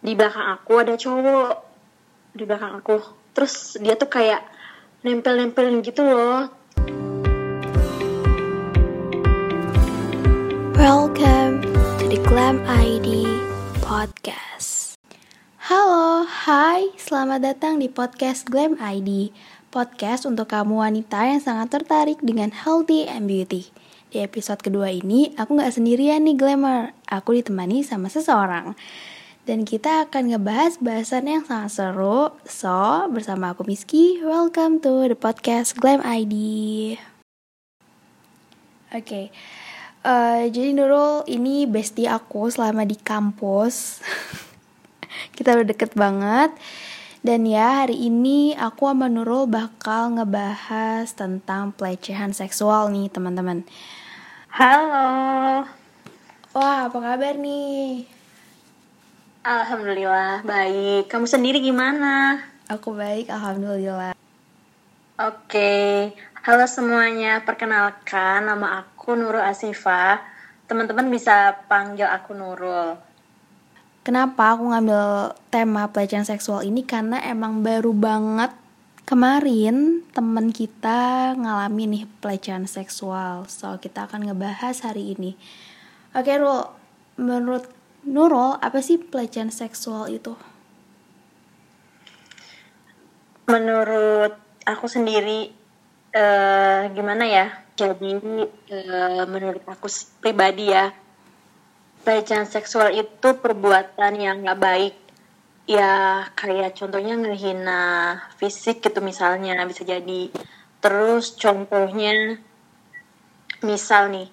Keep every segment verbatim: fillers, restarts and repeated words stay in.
di belakang aku ada cowok di belakang aku. Terus dia tuh kayak nempel-nempelin gitu loh. Welcome to the Glam I D Podcast. Halo, hai, selamat datang di podcast Glam I D. Podcast untuk kamu wanita yang sangat tertarik dengan healthy and beauty. Di episode kedua ini, aku gak sendirian nih Glamour. Aku ditemani sama seseorang. Dan kita akan ngebahas bahasan yang sangat seru. So, bersama aku Miski, welcome to the podcast Glam I D. Oke, okay. uh, jadi Nurul ini bestie aku selama di kampus. Kita udah deket banget. Dan ya, hari ini aku sama Nurul bakal ngebahas tentang pelecehan seksual nih teman-teman. Halo. Wah, apa kabar nih? Alhamdulillah, baik. Kamu sendiri gimana? Aku baik, alhamdulillah. Oke, halo semuanya. Perkenalkan, nama aku Nurul Asifah. Teman-teman bisa panggil aku Nurul. Kenapa aku ngambil tema pelecehan seksual ini? Karena emang baru banget kemarin teman kita ngalamin nih pelecehan seksual. So, kita akan ngebahas hari ini. Oke, Nurul, menurut Nurul, apa sih pelecehan seksual itu? Menurut aku sendiri, uh, gimana ya? Jadi, uh, menurut aku pribadi ya, pelecehan seksual itu perbuatan yang gak baik. Ya, kayak contohnya ngehina fisik gitu misalnya, bisa jadi. Terus contohnya, misal nih,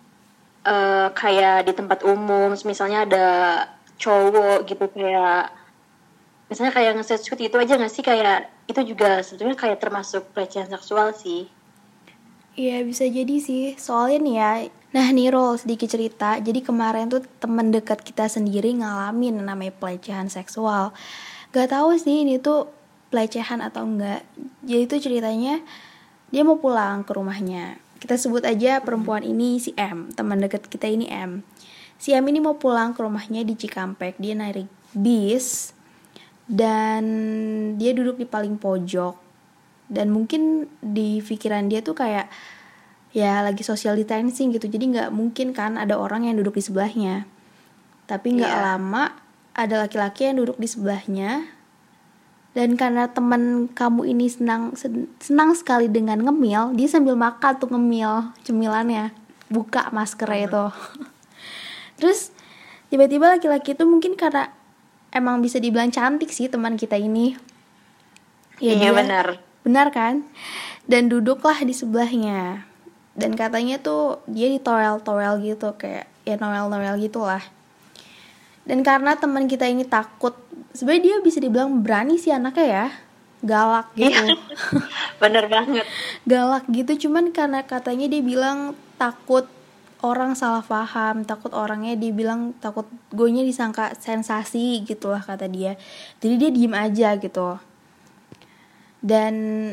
Uh, kayak di tempat umum, misalnya ada cowok gitu kayak, misalnya kayak nge-shoot gitu aja nggak sih, kayak itu juga sebetulnya kayak termasuk pelecehan seksual sih. Iya bisa jadi sih, soalnya nih ya. Nah nih Rol, sedikit cerita. Jadi kemarin tuh teman dekat kita sendiri ngalamin namanya pelecehan seksual. Gak tahu sih ini tuh pelecehan atau enggak. Jadi tuh ceritanya dia mau pulang ke rumahnya. Kita sebut aja perempuan ini si M, teman dekat kita ini M. Si M ini mau pulang ke rumahnya di Cikampek. Dia naik bis dan dia duduk di paling pojok. Dan mungkin di pikiran dia tuh kayak ya lagi social distancing gitu. Jadi gak mungkin kan ada orang yang duduk di sebelahnya. Tapi gak yeah. lama ada laki-laki yang duduk di sebelahnya. Dan karena teman kamu ini senang senang sekali dengan ngemil, dia sambil makan tuh ngemil cemilannya, buka maskernya itu. Terus tiba-tiba laki-laki itu mungkin karena emang bisa dibilang cantik sih teman kita ini. Ya, iya dia, benar. Benar kan? Dan duduklah di sebelahnya. Dan katanya tuh dia ditorel-torel gitu, kayak ya noel-noel gitulah. Dan karena teman kita ini takut, sebenarnya dia bisa dibilang berani sih anaknya ya, galak gitu. Bener banget. Galak gitu, cuman karena katanya dia bilang takut orang salah paham, takut orangnya dia bilang takut gonya disangka sensasi gitulah kata dia. Jadi dia diem aja gitu. Dan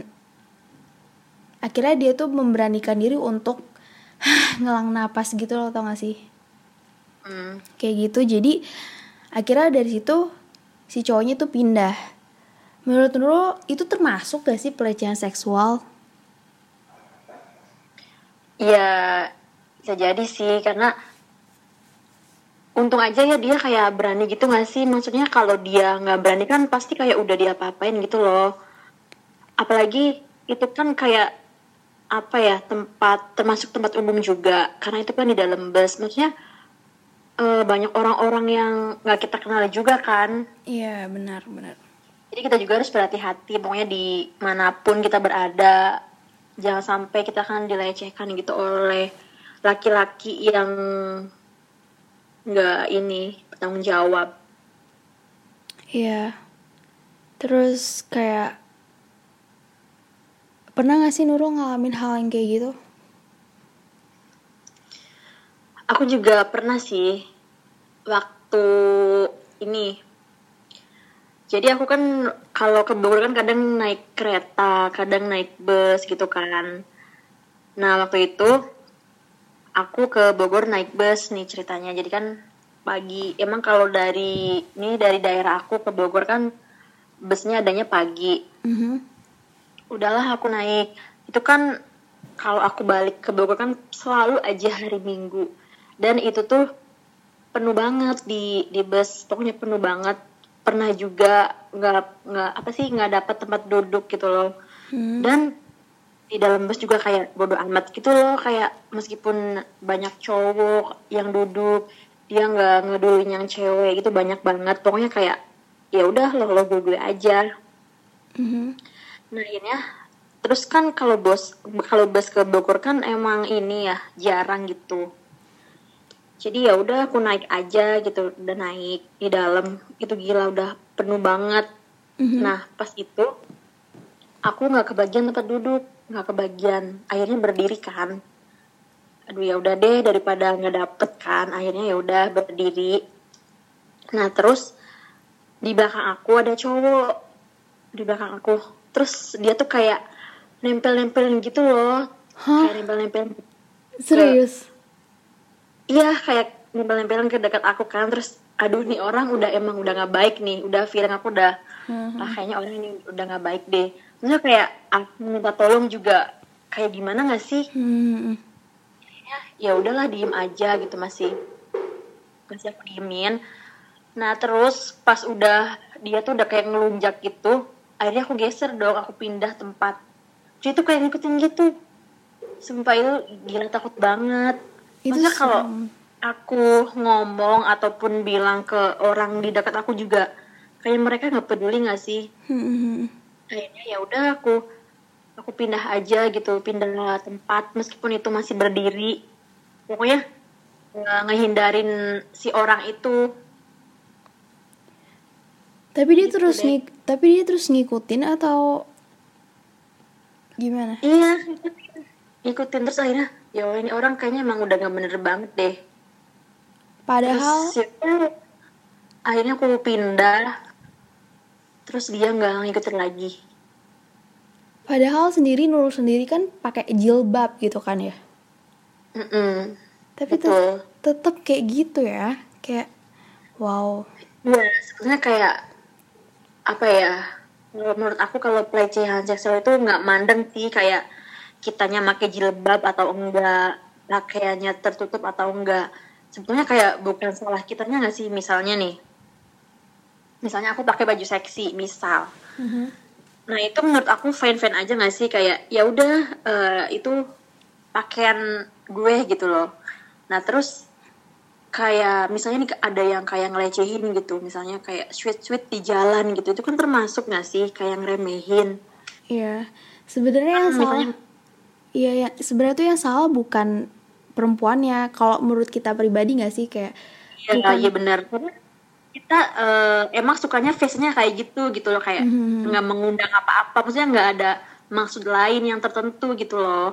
akhirnya dia tuh memberanikan diri untuk ngelang napas gitu loh, tau gak sih? Hmm. Kayak gitu. Jadi akhirnya dari situ si cowoknya tuh pindah. Menurut Nurul itu termasuk gak sih pelecehan seksual? Ya bisa jadi sih, karena untung aja ya dia kayak berani gitu gak sih. Maksudnya kalau dia gak berani kan pasti kayak udah diapa-apain gitu loh. Apalagi itu kan kayak apa ya, tempat, termasuk tempat umum juga, karena itu kan di dalam bus. Maksudnya Uh, banyak orang-orang yang gak kita kenal juga kan. Iya benar benar. Jadi kita juga harus berhati-hati, pokoknya di manapun kita berada, jangan sampai kita kan dilecehkan gitu oleh laki-laki yang gak ini bertanggung jawab. Iya. Terus kayak pernah gak sih Nurul ngalamin hal yang kayak gitu? Aku juga pernah sih, waktu ini. Jadi aku kan kalau ke Bogor kan kadang naik kereta, kadang naik bus gitu kan. Nah waktu itu aku ke Bogor naik bus nih ceritanya. Jadi kan pagi. Emang kalau dari ini dari daerah aku ke Bogor kan busnya adanya pagi. Mhm. Udahlah aku naik. Itu kan kalau aku balik ke Bogor kan selalu aja hari Minggu. Dan itu tuh penuh banget di di bus. Pokoknya penuh banget. Pernah juga nggak nggak apa sih nggak dapat tempat duduk gitu loh. Hmm. Dan di dalam bus juga kayak bodo amat gitu loh, kayak meskipun banyak cowok yang duduk dia nggak ngeduluin yang cewek gitu banyak banget, pokoknya kayak ya udah lo lo gue gue aja. Mhm. Nah akhirnya terus kan kalau bos kalau bus ke Bogor kan emang ini ya jarang gitu, jadi ya udah aku naik aja gitu, udah naik di dalam itu gila udah penuh banget. Mhm. Nah pas itu aku nggak kebagian tempat duduk, nggak kebagian, akhirnya berdiri kan. Aduh ya udah deh daripada nggak dapet kan, akhirnya ya udah berdiri. Nah terus di belakang aku ada cowok di belakang aku, terus dia tuh kayak nempel-nempelin gitu loh. Hah? Kayak nempel-nempelin Serius? iya kayak nempel-nempelin ke dekat aku kan. Terus aduh nih orang udah emang udah nggak baik nih, udah feeling aku udah Mhm. ah kayaknya orang ini udah nggak baik deh. Maksudnya kayak aku minta tolong juga kayak gimana nggak sih? Hmm. Ya udahlah diem aja gitu, masih masih aku diemin. Nah terus pas udah dia tuh udah kayak ngelunjak gitu, akhirnya aku geser dong, aku pindah tempat. Dia tuh kayak ngikutin gitu, sumpah itu gila takut banget. Itu Maksudnya kalau serem. aku ngomong ataupun bilang ke orang di dekat aku juga kayak mereka nggak peduli nggak sih. Hmm. Akhirnya ya udah aku aku pindah aja gitu, pindah tempat meskipun itu masih berdiri, pokoknya nggak ngehindarin si orang itu. Tapi dia Gitu terus deh. ngik tapi dia terus ngikutin atau gimana? Iya ikutin, ikutin terus akhirnya ya Allah, ini orang kayaknya emang udah gak bener banget deh. Padahal Terus ya udah, akhirnya aku pindah, terus dia nggak ngikutin lagi. padahal sendiri Nurul sendiri kan pakai jilbab gitu kan ya. Mm-mm, Tapi tet betul. tetap kayak gitu ya. Kayak wow. Iya sebenarnya kayak apa ya, kalau menurut aku kalau pelecehan seksual itu nggak mandang sih kayak kitanya pakai jilbab atau enggak, pakaiannya tertutup atau enggak. Sebetulnya kayak bukan salah kitanya nggak sih. Misalnya nih, misalnya aku pakai baju seksi misal, Mhm. nah itu menurut aku fine fine aja nggak sih, kayak ya udah eh, itu pakaian gue gitu loh. Nah terus kayak misalnya nih ada yang kayak ngelecehin gitu, misalnya kayak sweet sweet di jalan gitu, itu kan termasuk nggak sih kayak ngeremehin. Iya. Sebenarnya Kan yang salah misalnya iya ya, sebenarnya tuh yang salah bukan perempuannya. Kalau menurut kita pribadi nggak sih kayak ya ya bukan. benar, karena kita eh, emang sukanya face-nya kayak gitu gitu loh, kayak Mhm. nggak mengundang apa-apa, maksudnya nggak ada maksud lain yang tertentu gitu loh.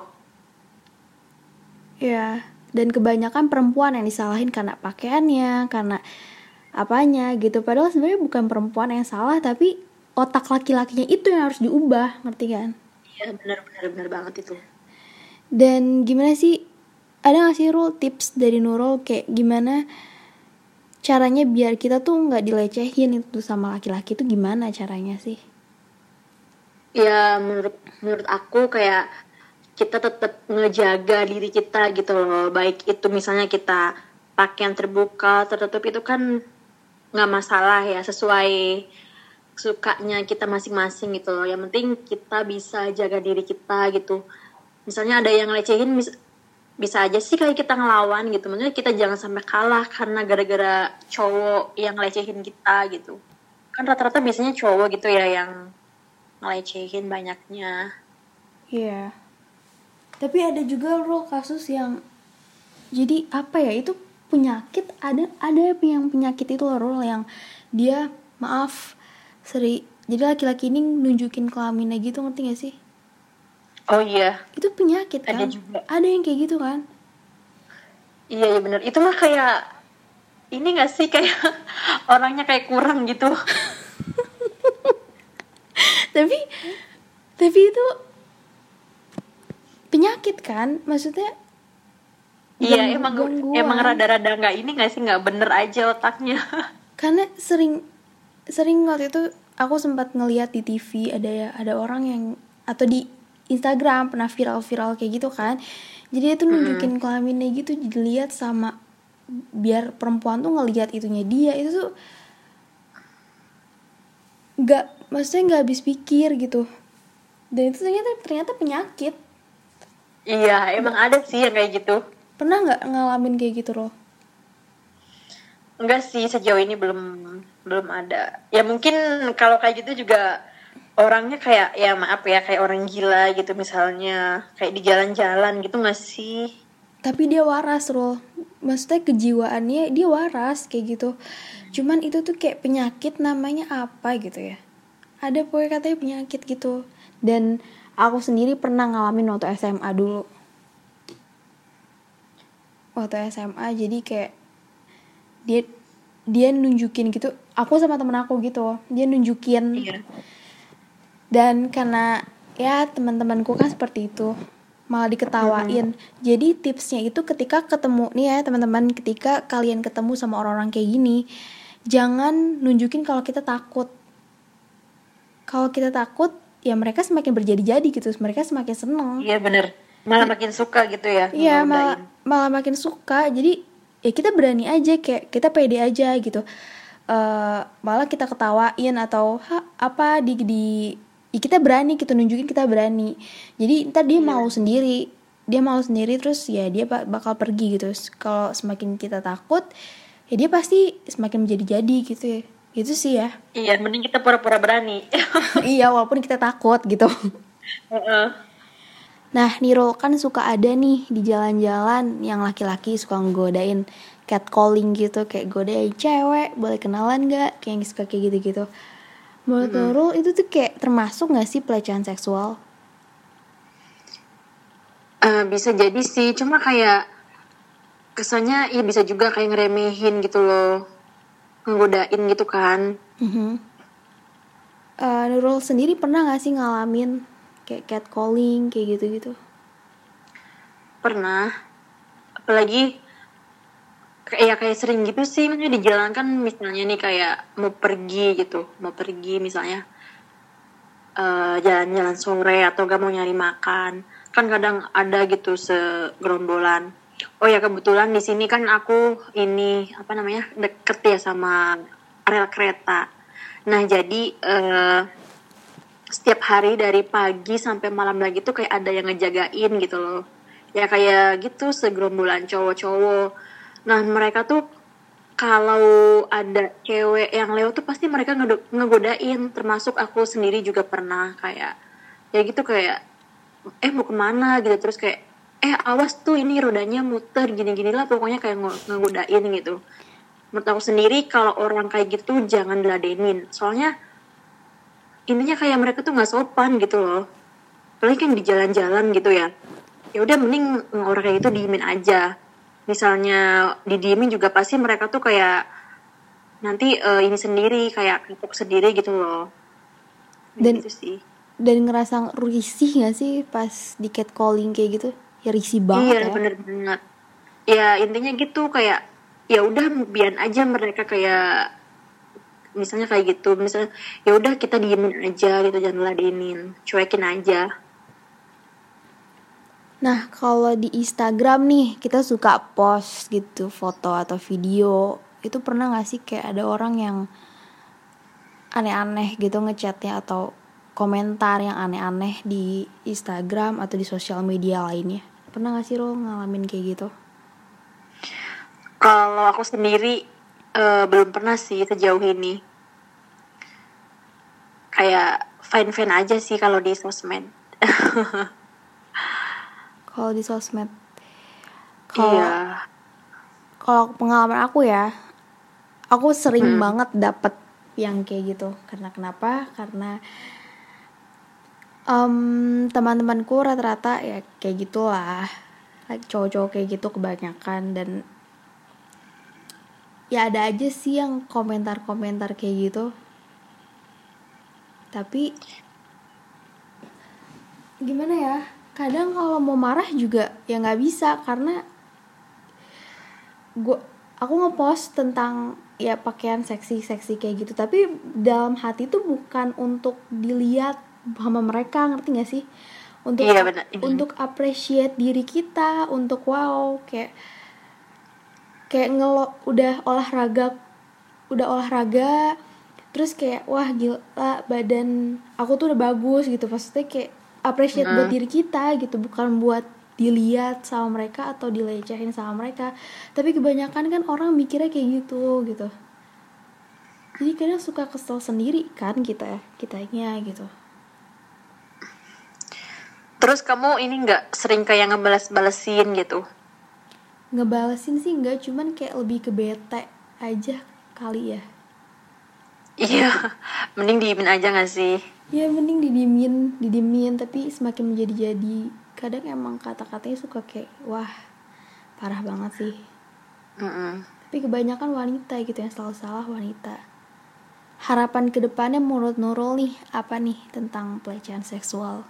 Ya, dan kebanyakan perempuan yang disalahin karena pakaiannya, karena apanya gitu. Padahal sebenarnya bukan perempuan yang salah, tapi otak laki-lakinya itu yang harus diubah, ngerti kan? Iya benar benar benar banget itu. Dan gimana sih? Ada gak sih Rul tips dari Nurul kayak gimana caranya biar kita tuh nggak dilecehin itu sama laki-laki itu gimana caranya sih? Ya menurut menurut aku kayak kita tetap ngejaga diri kita gitu loh, baik itu misalnya kita pakaian terbuka tertutup itu kan nggak masalah ya, sesuai sukanya kita masing-masing gitu loh, yang penting kita bisa jaga diri kita gitu. Misalnya ada yang ngelecehin, bis- bisa aja sih kayak kita ngelawan gitu, maksudnya kita jangan sampai kalah karena gara-gara cowok yang ngelecehin kita gitu. Kan rata-rata biasanya cowok gitu ya yang ngelecehin banyaknya. Iya. Tapi ada juga Rul kasus yang jadi apa ya itu penyakit, ada ada yang penyakit itu loh Rul, yang dia maaf seri jadi laki-laki ini nunjukin kelaminnya gitu, ngerti gak sih? Oh iya, Itu penyakit ada kan, juga. ada yang kayak gitu kan. Iya, iya bener. Itu mah kayak ini gak sih, kayak orangnya kayak kurang gitu. tapi tapi itu penyakit kan, maksudnya Iya, ganggu emang emang gangguan. rada-rada nggak ini nggak sih, nggak bener aja otaknya. Karena sering sering waktu itu aku sempat ngeliat di T V ada ya ada orang yang atau di Instagram pernah viral-viral kayak gitu kan. Jadi dia tuh Mm-mm. nunjukin kelaminnya gitu dilihat sama biar perempuan tuh ngelihat itunya dia itu tuh nggak maksudnya nggak habis pikir gitu. Dan itu ternyata ternyata penyakit. Iya, emang Nggak ada sih yang kayak gitu. pernah nggak ngalamin kayak gitu loh. Enggak sih, sejauh ini belum belum ada. Ya mungkin kalau kayak gitu juga orangnya kayak, ya maaf ya, kayak orang gila gitu misalnya, kayak di jalan-jalan gitu nggak sih? Tapi dia waras loh, maksudnya kejiwaannya dia waras kayak gitu. Cuman itu tuh kayak penyakit namanya apa gitu ya, ada pokoknya katanya penyakit gitu. Dan aku sendiri pernah ngalamin waktu S M A dulu, waktu S M A jadi kayak dia dia nunjukin gitu, aku sama temen aku gitu dia nunjukin. Iya. Dan karena ya teman-temanku kan seperti itu malah Mm-mm. diketawain. Jadi tipsnya itu ketika ketemu nih ya teman-teman, ketika kalian ketemu sama orang-orang kayak gini, jangan nunjukin kalau kita takut. Kalau kita takut, ya mereka semakin berjadi-jadi gitu, mereka semakin seneng. Iya bener. Malah makin suka gitu ya Iya malah ngegodain. malah makin suka. Jadi ya kita berani aja, kayak kita pede aja gitu. Eh malah kita ketawain atau ha, apa di di ya kita berani gitu nunjukin kita berani. Jadi ntar dia Iya. malu sendiri, dia malu sendiri terus ya dia bakal pergi gitu. Kalau semakin kita takut, ya dia pasti semakin menjadi-jadi gitu ya. Gitu sih ya. Iya, mending kita pura-pura berani. Iya walaupun kita takut gitu. Heeh. Nah, Nirul kan suka ada nih di jalan-jalan yang laki-laki suka nggodain catcalling gitu, kayak godain cewek, boleh kenalan gak? Kayak yang suka kayak gitu-gitu. Menurut Mm-mm. Nurul itu tuh kayak termasuk gak sih pelecehan seksual? Eh, bisa jadi sih, cuma kayak kesannya ya bisa juga kayak ngeremehin gitu loh, ngegodain gitu kan. Mhm. Eh, Nurul sendiri pernah gak sih ngalamin kayak catcalling kayak gitu-gitu? Pernah, apalagi kayak kayak sering gitu sih, maksudnya di jalan kan misalnya nih kayak mau pergi gitu, mau pergi misalnya eh, jalan-jalan sore atau gak mau nyari makan, kan kadang ada gitu segerombolan. Oh ya kebetulan di sini kan aku ini apa namanya deket ya sama rel kereta. Nah jadi eh, setiap hari dari pagi sampai malam lagi tuh kayak ada yang ngejagain gitu loh. Ya kayak gitu segerombolan cowok-cowok. Nah mereka tuh kalau ada cewek yang lewat tuh pasti mereka ngedo- ngegodain, termasuk aku sendiri juga pernah kayak ya gitu kayak eh mau kemana gitu, terus kayak eh awas tuh ini rodanya muter gini-gini lah, pokoknya kayak nge- ngegodain gitu. Menurut aku sendiri kalau orang kayak gitu jangan diladenin, soalnya intinya kayak mereka tuh nggak sopan gitu loh, apalagi kan di jalan-jalan gitu ya. Ya udah mending orang kayak gitu diemin aja, misalnya didiemin juga pasti mereka tuh kayak nanti uh, ini sendiri kayak kapok sendiri gitu loh. Kayak Dan gitu sih. dan ngerasa risih gak sih pas di catcalling kayak gitu? Ya risih banget Iya ya. bener banget. Ya intinya gitu kayak ya udah biarin aja mereka kayak misalnya kayak gitu, misalnya ya udah kita diemin aja gitu, jangan ladenin, cuekin aja. Nah, kalau di Instagram nih, kita suka post gitu foto atau video. Itu pernah gak sih kayak ada orang yang aneh-aneh gitu ngechatnya atau komentar yang aneh-aneh di Instagram atau di sosial media lainnya? Pernah gak sih lo ngalamin kayak gitu? Kalau aku sendiri uh, belum pernah sih sejauh ini. Kayak fine-fine aja sih kalau di sosmed. Kalau di sosmed. Kalau Iya. kalau pengalaman aku ya, aku sering Hmm. banget dapet yang kayak gitu. Karena kenapa? Karena um, teman-temanku rata-rata ya kayak gitulah, like cowok-cowok kayak gitu kebanyakan. Dan ya ada aja sih yang komentar-komentar kayak gitu, tapi gimana ya, kadang kalau mau marah juga ya nggak bisa karena gue aku ngepost tentang ya pakaian seksi-seksi kayak gitu, tapi dalam hati tuh bukan untuk dilihat sama mereka, ngerti gak sih? Untuk Iya ap- benar. untuk appreciate diri kita, untuk wow, kayak kayak ngelo udah olahraga udah olahraga terus kayak wah gila badan aku tuh udah bagus gitu, maksudnya kayak appreciate buat Mm. diri kita gitu, bukan buat dilihat sama mereka atau dilecehin sama mereka. Tapi kebanyakan kan orang mikirnya kayak gitu gitu, jadi kadang suka kesel sendiri kan kita kitanya gitu. Terus kamu ini nggak sering kayak ngebales-balesin gitu? Ngebalesin sih enggak, cuman kayak lebih ke bete aja kali ya. Iya, mending diemin aja nggak sih? Ya mending didimin didimin tapi semakin menjadi-jadi. Kadang emang kata-katanya suka kayak wah parah banget sih. Mm-mm. Tapi kebanyakan wanita gitu yang selalu salah, wanita. Harapan kedepannya menurut Nurul nih apa nih tentang pelecehan seksual?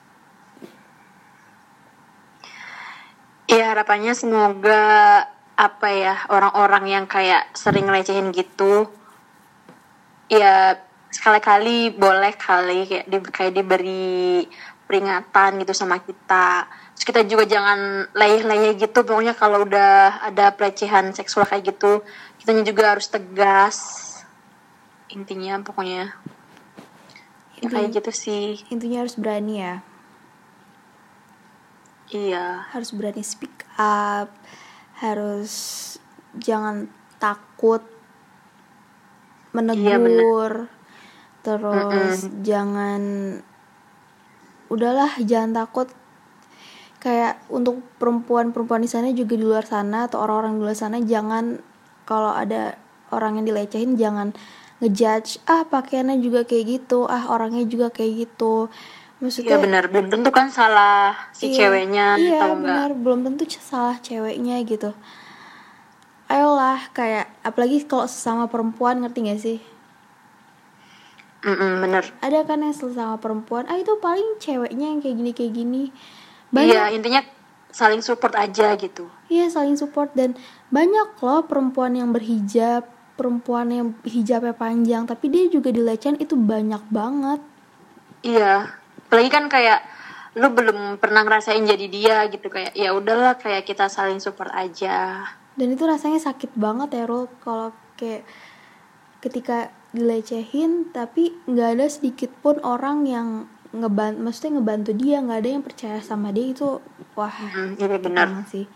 Iya, harapannya semoga apa ya, orang-orang yang kayak sering ngelecehin gitu ya sekali-kali boleh kali kayak di, kayak diberi peringatan gitu sama kita. Terus kita juga jangan leyeh-leyeh gitu, pokoknya kalau udah ada pelecehan seksual kayak gitu kitanya juga harus tegas, intinya pokoknya ya kayak gitu sih. Intinya harus berani ya. Iya. Harus berani speak up, harus jangan takut menegur, iya, terus Mm-mm. jangan udahlah jangan takut. Kayak untuk perempuan-perempuan di sana juga di luar sana atau orang-orang di luar sana, jangan kalau ada orang yang dilecehin jangan ngejudge, ah pakaiannya juga kayak gitu, ah orangnya juga kayak gitu. Maksudnya Iya benar, belum tentu kan salah si iya, ceweknya iya atau enggak. benar, belum tentu salah ceweknya gitu. Ayolah, kayak apalagi kalau sesama perempuan, ngerti gak sih? Mm-mm, bener. Ada kan yang sesama perempuan, ah itu paling ceweknya yang kayak gini kayak gini. Iya, Banyak, intinya saling support aja gitu. iya saling support. Dan banyak loh perempuan yang berhijab, perempuan yang hijabnya panjang tapi dia juga dilecehin, itu banyak banget. Iya, apalagi kan kayak lu belum pernah ngerasain jadi dia gitu, kayak ya udahlah kayak kita saling support aja. Dan itu rasanya sakit banget ya Rul, kalau kayak ketika dilecehin tapi nggak ada sedikit pun orang yang ngebantu, maksudnya ngebantu dia, nggak ada yang percaya sama dia, itu wah Mm-mm, iya sakit benar. banget sih.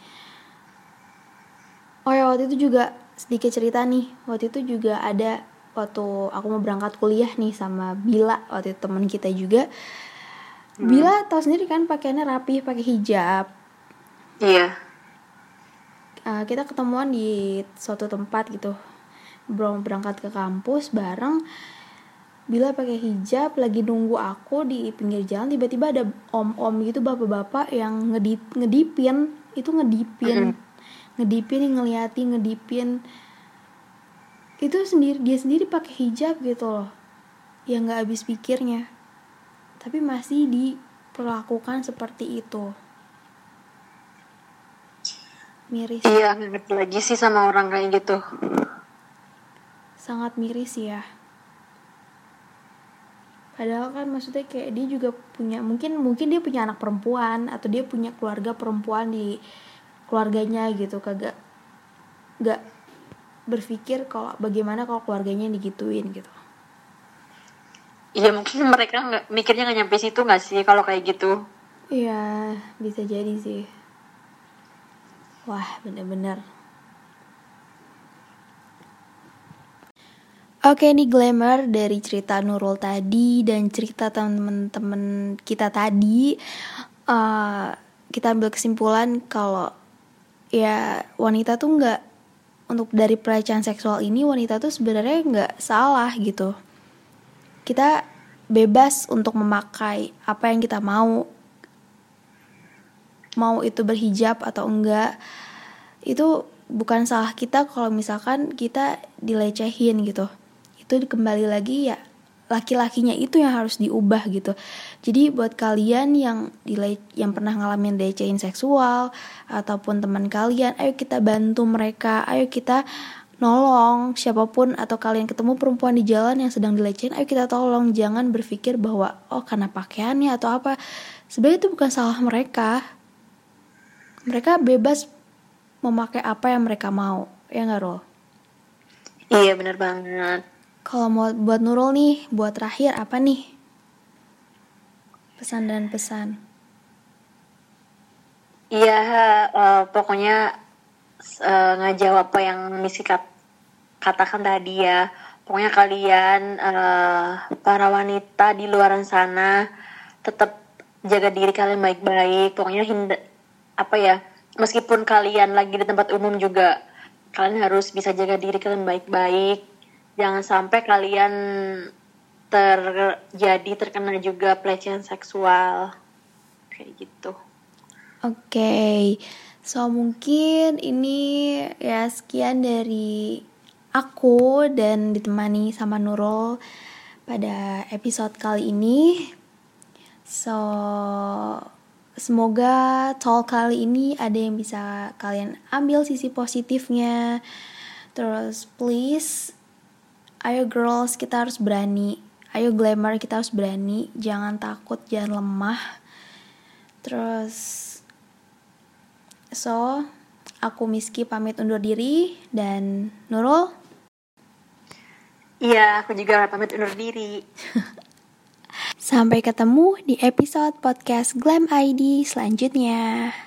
Oh ya, waktu itu juga sedikit cerita nih, waktu itu juga ada waktu aku mau berangkat kuliah nih sama Bila, waktu itu teman kita juga. Hmm. Bila tahu sendiri kan pakaiannya rapi, pakai hijab. Iya. Uh, kita ketemuan di suatu tempat gitu, berangkat ke kampus bareng. Bila pakai hijab lagi nunggu aku di pinggir jalan, tiba-tiba ada om-om gitu, bapak-bapak yang ngedip ngedipin itu ngedipin Mm-mm. ngedipin ngeliatin ngedipin itu sendiri, dia sendiri pakai hijab gitu loh, yang nggak habis pikirnya tapi masih diperlakukan seperti itu. Miris. Iya, nggak ngerti lagi sih sama orang kayak gitu. Sangat miris ya. Padahal kan maksudnya kayak dia juga punya, mungkin mungkin dia punya anak perempuan atau dia punya keluarga perempuan di keluarganya gitu, kagak nggak berpikir kalau bagaimana kalau keluarganya digituin gitu. Iya, mungkin mereka nggak mikirnya nggak nyampe situ nggak sih kalau kayak gitu. Iya, bisa jadi sih. Wah, bener-bener. Oke, ini glamour dari cerita Nurul tadi dan cerita teman-teman kita tadi. Uh, kita ambil kesimpulan kalau ya wanita tuh nggak, untuk dari pelecehan seksual ini wanita tuh sebenarnya nggak salah gitu. Kita bebas untuk memakai apa yang kita mau, mau itu berhijab atau enggak, itu bukan salah kita kalau misalkan kita dilecehin gitu. Itu kembali lagi ya laki-lakinya itu yang harus diubah gitu. Jadi buat kalian yang dile- yang pernah ngalamin dilecehin seksual ataupun teman kalian, ayo kita bantu mereka, ayo kita nolong siapapun, atau kalian ketemu perempuan di jalan yang sedang dilecehin, ayo kita tolong. Jangan berpikir bahwa oh karena pakaiannya atau apa. Sebenarnya itu bukan salah mereka. Mereka bebas memakai apa yang mereka mau, ya nggak, Rul? Iya, benar banget. Kalau mau buat Nurul nih, buat terakhir apa nih? Pesan dan pesan. Iya, uh, pokoknya uh, ngejawab apa yang Missy kat- katakan tadi ya. Pokoknya kalian uh, para wanita di luar sana tetap jaga diri kalian baik-baik. Pokoknya hinda, apa ya, meskipun kalian lagi di tempat umum juga, kalian harus bisa jaga diri kalian baik-baik. Jangan sampai kalian terjadi terkena juga pelecehan seksual kayak gitu. Oke, okay. So mungkin ini ya sekian dari aku dan ditemani sama Nurul pada episode kali ini. So semoga talk kali ini ada yang bisa kalian ambil sisi positifnya. Terus please, ayo girls, kita harus berani. Ayo glamour, kita harus berani. Jangan takut, jangan lemah. Terus, so, aku Miski pamit undur diri. Dan Nurul? Iya, aku juga pamit undur diri. Sampai ketemu di episode podcast Glam I D selanjutnya.